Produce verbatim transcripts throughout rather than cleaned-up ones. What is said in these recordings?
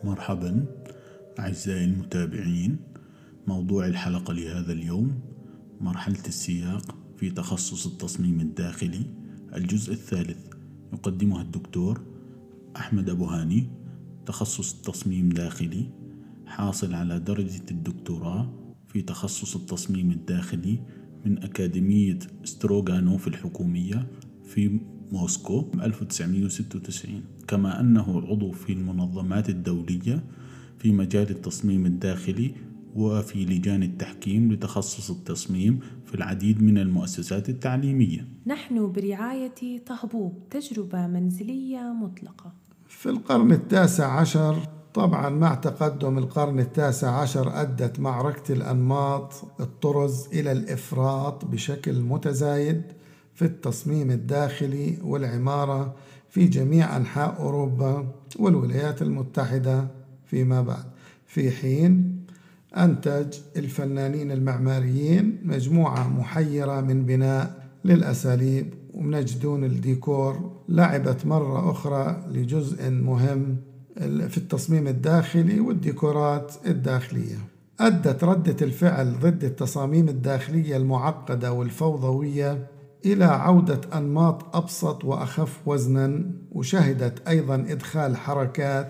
مرحبا أعزائي المتابعين. موضوع الحلقة لهذا اليوم مرحلة السياق في تخصص التصميم الداخلي، الجزء الثالث. يقدمها الدكتور أحمد أبو هاني، تخصص التصميم الداخلي، حاصل على درجة الدكتوراه في تخصص التصميم الداخلي من أكاديمية ستروغانوف الحكومية في موسكو ألف وتسعمائة وستة وتسعين، كما أنه عضو في المنظمات الدولية في مجال التصميم الداخلي وفي لجان التحكيم لتخصص التصميم في العديد من المؤسسات التعليمية. نحن برعاية طهبوب، تجربة منزلية مطلقة. في القرن التاسع عشر، طبعا مع تقدم القرن التاسع عشر، أدت معركة الأنماط الطرز إلى الإفراط بشكل متزايد في التصميم الداخلي والعمارة في جميع أنحاء أوروبا والولايات المتحدة فيما بعد، في حين أنتج الفنانين المعماريين مجموعة محيرة من بناء للأساليب، ونجدون الديكور لعبت مرة أخرى لجزء مهم في التصميم الداخلي والديكورات الداخلية. أدت ردة الفعل ضد التصاميم الداخلية المعقدة والفوضوية إلى عودة أنماط أبسط وأخف وزنا، وشهدت أيضا إدخال حركات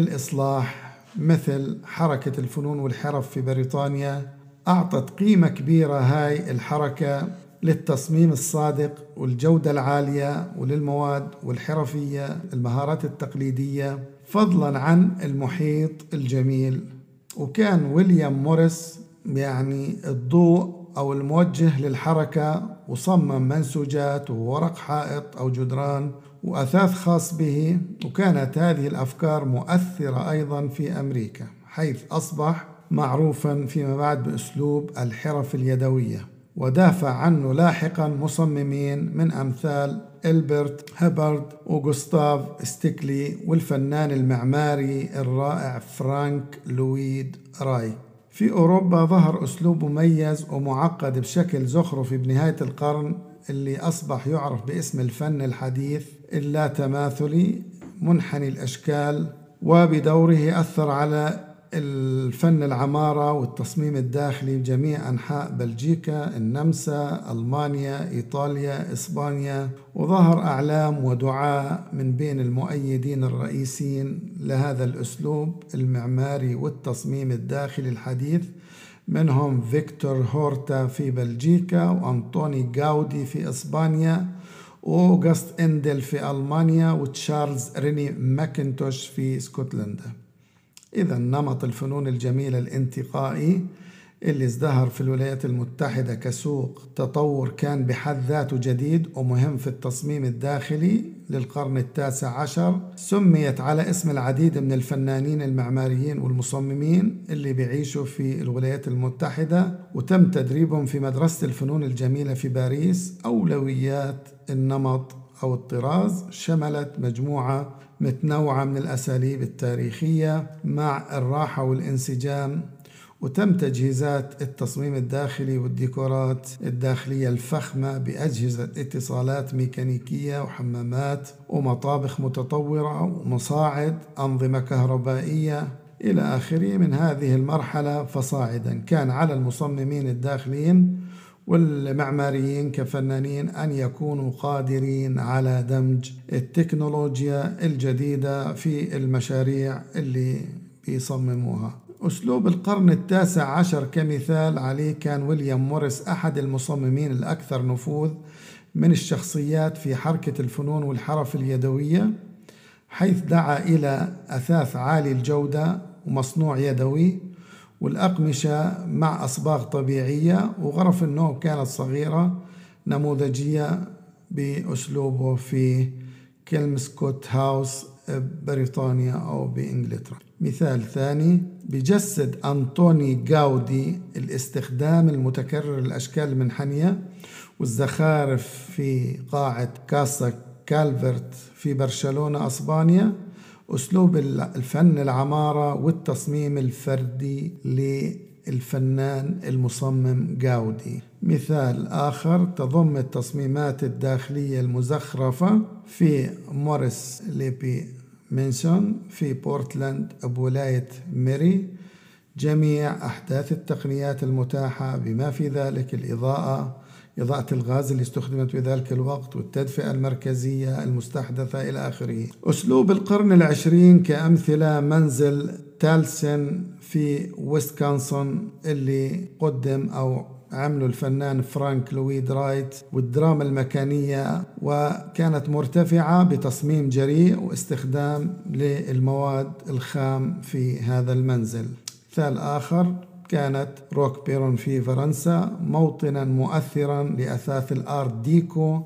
للإصلاح مثل حركة الفنون والحرف في بريطانيا. أعطت قيمة كبيرة هاي الحركة للتصميم الصادق والجودة العالية وللمواد والحرفية، المهارات التقليدية، فضلا عن المحيط الجميل. وكان ويليام موريس يعني الضوء أو الموجه للحركة، وصمم منسوجات وورق حائط أو جدران وأثاث خاص به. وكانت هذه الأفكار مؤثرة أيضا في أمريكا، حيث أصبح معروفا فيما بعد بأسلوب الحرف اليدوية، ودافع عنه لاحقا مصممين من أمثال إلبرت هيبرد وغوستاف ستيكلي والفنان المعماري الرائع فرانك لويد راي. في أوروبا ظهر أسلوب مميز ومعقد بشكل زخرفي بنهاية القرن، اللي أصبح يعرف باسم الفن الحديث اللاتماثلي منحني الأشكال، وبدوره أثر على الفن العمارة والتصميم الداخلي بجميع أنحاء بلجيكا، النمسا، ألمانيا، إيطاليا، إسبانيا. وظهر أعلام ودعاة من بين المؤيدين الرئيسيين لهذا الأسلوب المعماري والتصميم الداخلي الحديث، منهم فيكتور هورتا في بلجيكا، وأنطوني غاودي في إسبانيا، وأوغست إندل في ألمانيا، وتشارلز ريني ماكنتوش في اسكتلندا. إذا نمط الفنون الجميلة الانتقائي اللي ازدهر في الولايات المتحدة كسوق تطور كان بحد ذاته جديد ومهم في التصميم الداخلي للقرن التاسع عشر. سميت على اسم العديد من الفنانين المعماريين والمصممين اللي بيعيشوا في الولايات المتحدة، وتم تدريبهم في مدرسة الفنون الجميلة في باريس. أولويات النمط أو الطراز شملت مجموعة متنوعة من الأساليب التاريخية مع الراحة والانسجام، وتم تجهيزات التصميم الداخلي والديكورات الداخلية الفخمة بأجهزة اتصالات ميكانيكية وحمامات ومطابخ متطورة ومصاعد، أنظمة كهربائية إلى آخره. من هذه المرحلة فصاعدا كان على المصممين الداخليين والمعماريين كفنانين أن يكونوا قادرين على دمج التكنولوجيا الجديدة في المشاريع اللي بيصمموها. أسلوب القرن التاسع عشر كمثال عليه كان ويليام موريس أحد المصممين الأكثر نفوذ من الشخصيات في حركة الفنون والحرف اليدوية، حيث دعا إلى أثاث عالي الجودة ومصنوع يدوي، والأقمشة مع أصباغ طبيعية، وغرف النوم كانت صغيرة نموذجية بأسلوبه في كيلمسكوت هاوس بريطانيا أو بإنجلترا. مثال ثاني بجسد أنطوني غاودي الاستخدام المتكرر للأشكال المنحنية والزخارف في قاعة كاسا كالفرت في برشلونة أسبانيا، أسلوب الفن العمارة والتصميم الفردي للفنان المصمم غاودي. مثال آخر تضم التصميمات الداخلية المزخرفة في موريس ليبي مينسون في بورتلاند بولاية ميري. جميع أحداث التقنيات المتاحة بما في ذلك الإضاءة، إضاءة الغاز اللي استخدمت في ذلك الوقت، والتدفئة المركزية المستحدثة إلى آخره. أسلوب القرن العشرين كأمثلة منزل تالسن في ويسكونسن اللي قدم أو عمله الفنان فرانك لويد رايت، والدراما المكانية، وكانت مرتفعة بتصميم جريء واستخدام للمواد الخام في هذا المنزل. مثال آخر كانت روك بيرون في فرنسا، موطنا مؤثرا لأثاث الآرت ديكو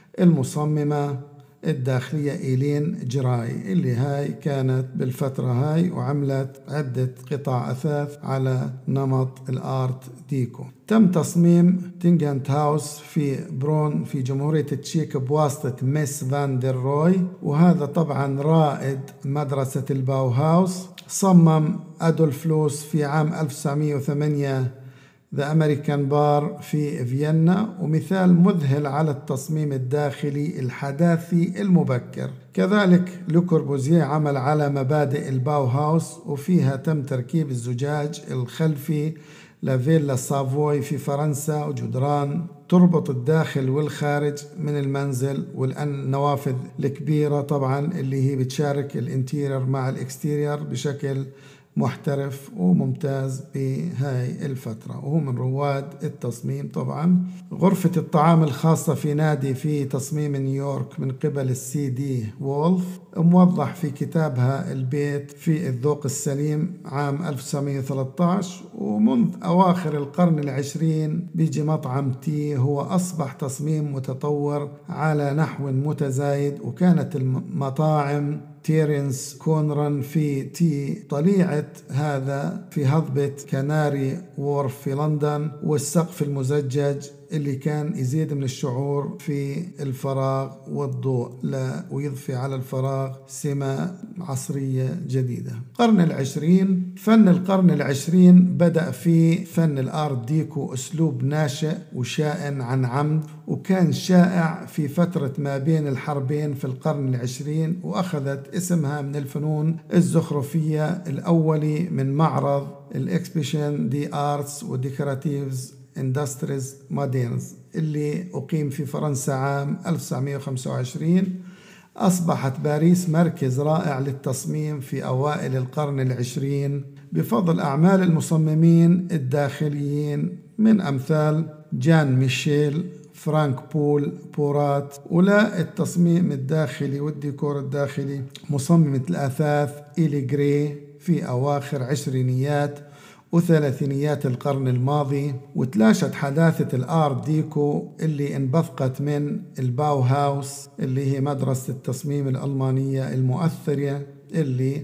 المصممة الداخلية إيلين جراي، اللي هاي كانت بالفترة هاي وعملت عدة قطع أثاث على نمط الآرت ديكو. تم تصميم تينغانت هاوس في برون في جمهورية التشيك بواسطة ميس فان دير روي، وهذا طبعا رائد مدرسة الباو هاوس. صمم أدولف لوس في عام ألف وتسعمئة وثمانية ذا أمريكان بار في فيينا، ومثال مذهل على التصميم الداخلي الحداثي المبكر. كذلك لو كوربوزيه عمل على مبادئ الباو هاوس، وفيها تم تركيب الزجاج الخلفي لفيلا سافوي في فرنسا، وجدران تربط الداخل والخارج من المنزل، والنوافذ الكبيرة طبعا اللي هي بتشارك الانتيرير مع الاكستيرير بشكل محترف وممتاز بهاي الفترة، وهو من رواد التصميم. طبعا غرفة الطعام الخاصة في نادي في تصميم نيويورك من قبل السي دي وولف، موضح في كتابها البيت في الذوق السليم عام ألف وتسعمئة وثلاثة عشر. ومنذ أواخر القرن العشرين بيجي مطعم تي هو أصبح تصميم متطور على نحو متزايد، وكانت المطاعم تيرنس كونران في تي طليعة هذا في هضبة كناري وورف في لندن، والسقف المزجج اللي كان يزيد من الشعور في الفراغ والضوء لا ويضفي على الفراغ سمة عصرية جديدة. القرن العشرين، فن القرن العشرين بدأ في فن الآرت ديكو أسلوب ناشئ وشائن عن عمد، وكان شائع في فترة ما بين الحربين في القرن العشرين، وأخذت اسمها من الفنون الزخرفية الأولي من معرض الإكسبيشن دي آرتس وديكوراتيفز اندستريز موديرنز اللي أقيم في فرنسا عام ألف وتسعمئة وخمسة وعشرين. أصبحت باريس مركز رائع للتصميم في أوائل القرن العشرين بفضل أعمال المصممين الداخليين من أمثال جان ميشيل، فرانك بول بورات. ولا التصميم الداخلي والديكور الداخلي مصممة الأثاث إيلي جري في أواخر عشرينيات وثلاثينيات القرن الماضي. وتلاشت حداثة الآرت ديكو اللي انبثقت من الباو هاوس اللي هي مدرسة التصميم الألمانية المؤثرة اللي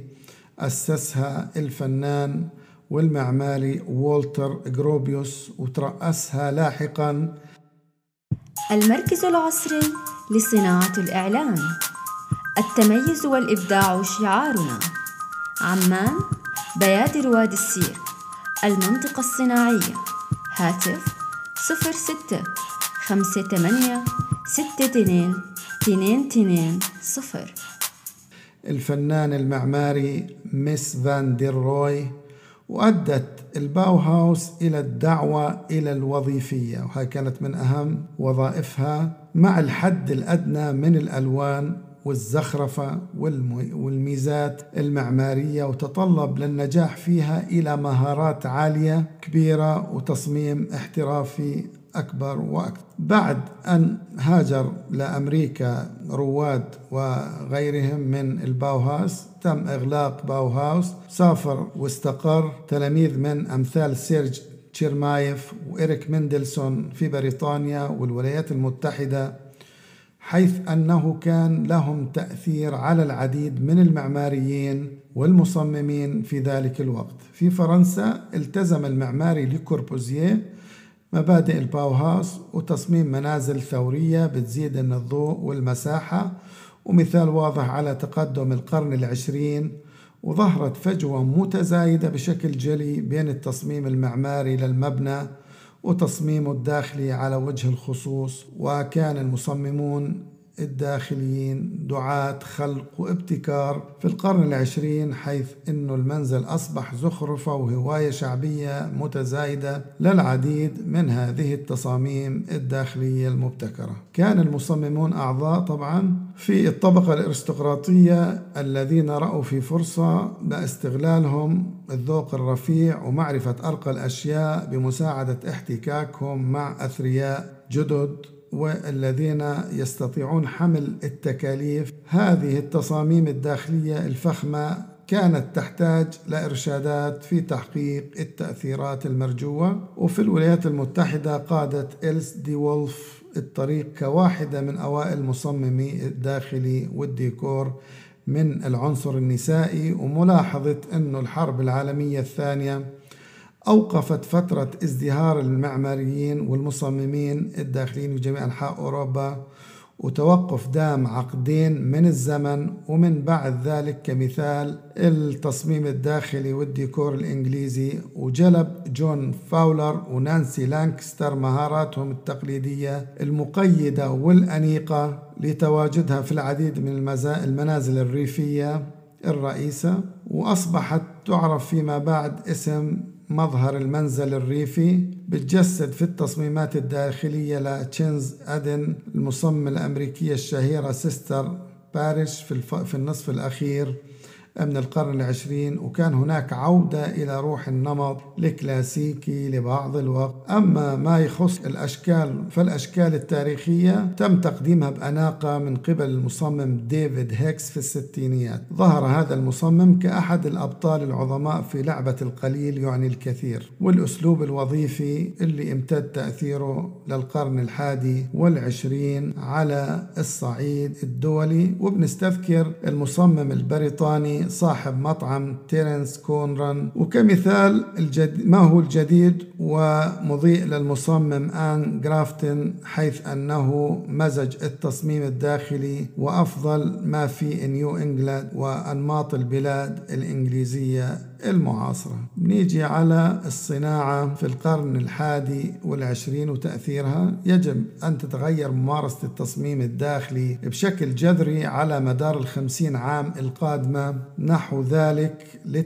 أسسها الفنان والمعماري والتر غروبيوس، وترأسها لاحقا المركز العصري لصناعة الإعلان. التميز والإبداع شعارنا. عمان، بيادر وادي السير، المنطقة الصناعية. هاتف صفر ستة خمسة ثمانية ستة اثنين اثنين اثنين صفر. الفنان المعماري ميس فان دير روي، وأدت الباو هاوس إلى الدعوة إلى الوظيفية، وهي كانت من أهم وظائفها، مع الحد الأدنى من الألوان والزخرفة والميزات المعمارية، وتطلب للنجاح فيها إلى مهارات عالية كبيرة وتصميم احترافي أكبر وأكثر. بعد أن هاجر لأمريكا رواد وغيرهم من الباو هاوس، تم إغلاق باو هاوس، سافر واستقر تلاميذ من أمثال سيرج تشيرمايف وإريك مندلسون في بريطانيا والولايات المتحدة، حيث أنه كان لهم تأثير على العديد من المعماريين والمصممين في ذلك الوقت. في فرنسا التزم المعماري لو كوربوزيه مبادئ الباو هاوس وتصميم منازل ثورية بتزيد من الضوء والمساحة، ومثال واضح على تقدم القرن العشرين. وظهرت فجوة متزايدة بشكل جلي بين التصميم المعماري للمبنى وتصميمه الداخلي على وجه الخصوص، وكان المصممون الداخليين دعاة خلق وابتكار في القرن العشرين، حيث أن المنزل أصبح زخرفة وهواية شعبية متزايدة للعديد من هذه التصاميم الداخلية المبتكرة. كان المصممون أعضاء طبعا في الطبقة الأرستقراطية الذين رأوا في فرصة باستغلالهم الذوق الرفيع ومعرفة أرقى الأشياء بمساعدة احتكاكهم مع أثرياء جدد والذين يستطيعون حمل التكاليف. هذه التصاميم الداخلية الفخمة كانت تحتاج لإرشادات في تحقيق التأثيرات المرجوة، وفي الولايات المتحدة قادت إلس دي وولف الطريق كواحدة من أوائل مصممي الداخلي والديكور من العنصر النسائي، وملاحظة أن الحرب العالمية الثانية أوقفت فترة ازدهار المعماريين والمصممين الداخليين في جميع أنحاء أوروبا، وتوقف دام عقدين من الزمن. ومن بعد ذلك كمثال التصميم الداخلي والديكور الإنجليزي، وجلب جون فاولر ونانسي لانكستر مهاراتهم التقليدية المقيدة والأنيقة لتواجدها في العديد من المنازل الريفية الرئيسة، وأصبحت تعرف فيما بعد اسم مظهر المنزل الريفي، بتجسد في التصميمات الداخلية لتشينز أدن المصممة الأمريكية الشهيرة سيستر باريش في, الف... في النصف الأخير من القرن العشرين. وكان هناك عودة إلى روح النمط الكلاسيكي لبعض الوقت. أما ما يخص الأشكال فالأشكال التاريخية تم تقديمها بأناقة من قبل المصمم ديفيد هيكس في الستينيات. ظهر هذا المصمم كأحد الأبطال العظماء في لعبة القليل يعني الكثير، والأسلوب الوظيفي اللي امتد تأثيره للقرن الحادي والعشرين على الصعيد الدولي. وبنستذكر المصمم البريطاني صاحب مطعم تيرنس كونران. وكمثال الجد... ما هو الجديد ومضيء للمصمم آن جرافتن، حيث أنه مزج التصميم الداخلي وأفضل ما في نيو إنجلاند وأنماط البلاد الإنجليزية المعاصرة. نيجي على الصناعة في القرن الحادي والعشرين وتأثيرها. يجب أن تتغير ممارسة التصميم الداخلي بشكل جذري على مدار الخمسين عام القادمة نحو ذلك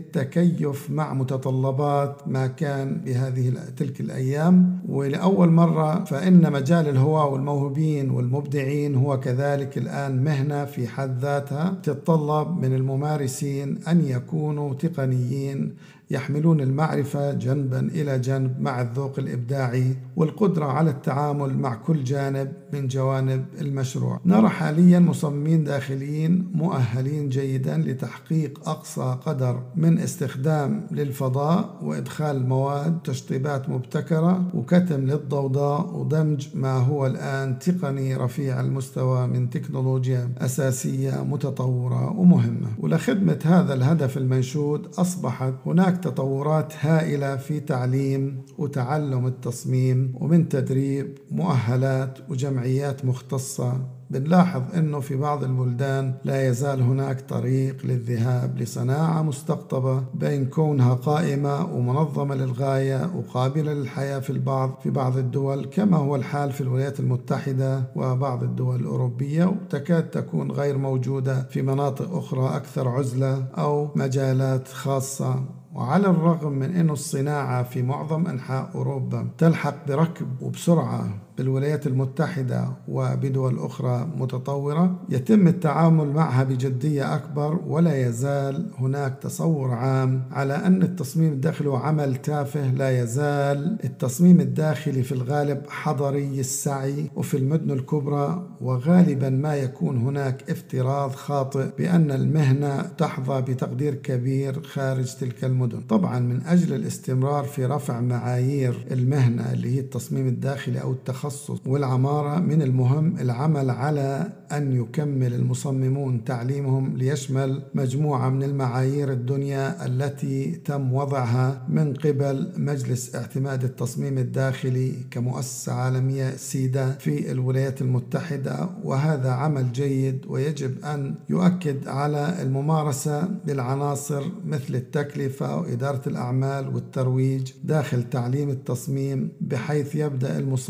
للتكيف مع متطلبات ما كان بهذه تلك الأيام. ولأول مرة فإن مجال الهواة والموهوبين والمبدعين هو كذلك الآن مهنة في حد ذاتها، تتطلب من الممارسين أن يكونوا تقنيين يحملون المعرفة جنبا إلى جنب مع الذوق الإبداعي والقدرة على التعامل مع كل جانب من جوانب المشروع. نرى حاليا مصممين داخليين مؤهلين جيدا لتحقيق أقصى قدر من استخدام للفضاء وإدخال مواد تشطيبات مبتكرة وكتم للضوضاء ودمج ما هو الآن تقني رفيع المستوى من تكنولوجيا أساسية متطورة ومهمة. ولخدمة هذا الهدف المنشود أصبحت هناك تطورات هائلة في تعليم وتعلم التصميم ومن تدريب مؤهلات وجمعيات مختصة. بنلاحظ أنه في بعض البلدان لا يزال هناك طريق للذهاب لصناعة مستقطبة بين كونها قائمة ومنظمة للغاية وقابلة للحياة في البعض في بعض الدول، كما هو الحال في الولايات المتحدة وبعض الدول الأوروبية، وتكاد تكون غير موجودة في مناطق أخرى أكثر عزلة أو مجالات خاصة. وعلى الرغم من أن الصناعة في معظم أنحاء أوروبا تلحق بركب وبسرعة بالولايات المتحدة وبدول أخرى متطورة، يتم التعامل معها بجدية أكبر، ولا يزال هناك تصور عام على أن التصميم الداخلي هو عمل تافه. لا يزال التصميم الداخلي في الغالب حضري السعي وفي المدن الكبرى، وغالبا ما يكون هناك افتراض خاطئ بأن المهنة تحظى بتقدير كبير خارج تلك المدن. طبعا من أجل الاستمرار في رفع معايير المهنة اللي هي التصميم الداخلي أو التخصص والعمارة، من المهم العمل على أن يكمل المصممون تعليمهم ليشمل مجموعة من المعايير الدنيا التي تم وضعها من قبل مجلس اعتماد التصميم الداخلي كمؤسسة عالمية سيدا في الولايات المتحدة. وهذا عمل جيد ويجب أن يؤكد على الممارسة بالعناصر مثل التكلفة وإدارة الأعمال والترويج داخل تعليم التصميم، بحيث يبدأ المصممون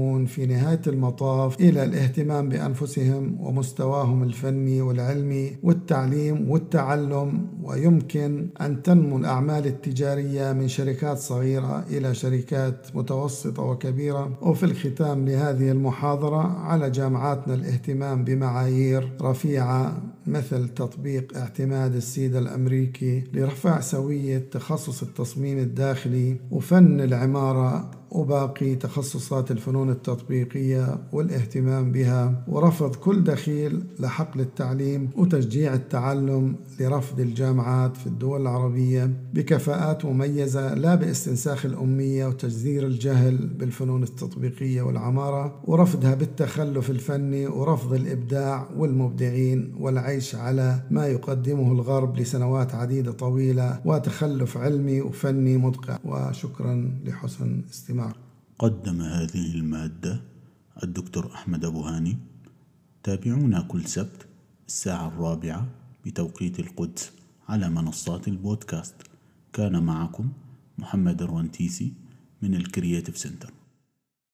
يهدفون في نهاية المطاف إلى الاهتمام بأنفسهم ومستواهم الفني والعلمي والتعليم والتعلم، ويمكن أن تنمو الأعمال التجارية من شركات صغيرة إلى شركات متوسطة وكبيرة. وفي الختام لهذه المحاضرة على جامعاتنا الاهتمام بمعايير رفيعة مثل تطبيق اعتماد السيد الأمريكي لرفع سوية تخصص التصميم الداخلي وفن العمارة وباقي تخصصات الفنون التطبيقية والاهتمام بها، ورفض كل دخيل لحقل التعليم وتشجيع التعلم لرفض الجامعات في الدول العربية بكفاءات مميزة لا باستنساخ الأمية وتجذير الجهل بالفنون التطبيقية والعمارة، ورفضها بالتخلف الفني ورفض الإبداع والمبدعين والعيش على ما يقدمه الغرب لسنوات عديدة طويلة وتخلف علمي وفني مدقع. وشكرا لحسن استماع. قدم هذه المادة الدكتور أحمد أبو هاني. تابعونا كل سبت الساعة الرابعة بتوقيت القدس على منصات البودكاست. كان معكم محمد الرنتيسي من الكرياتيف سنتر.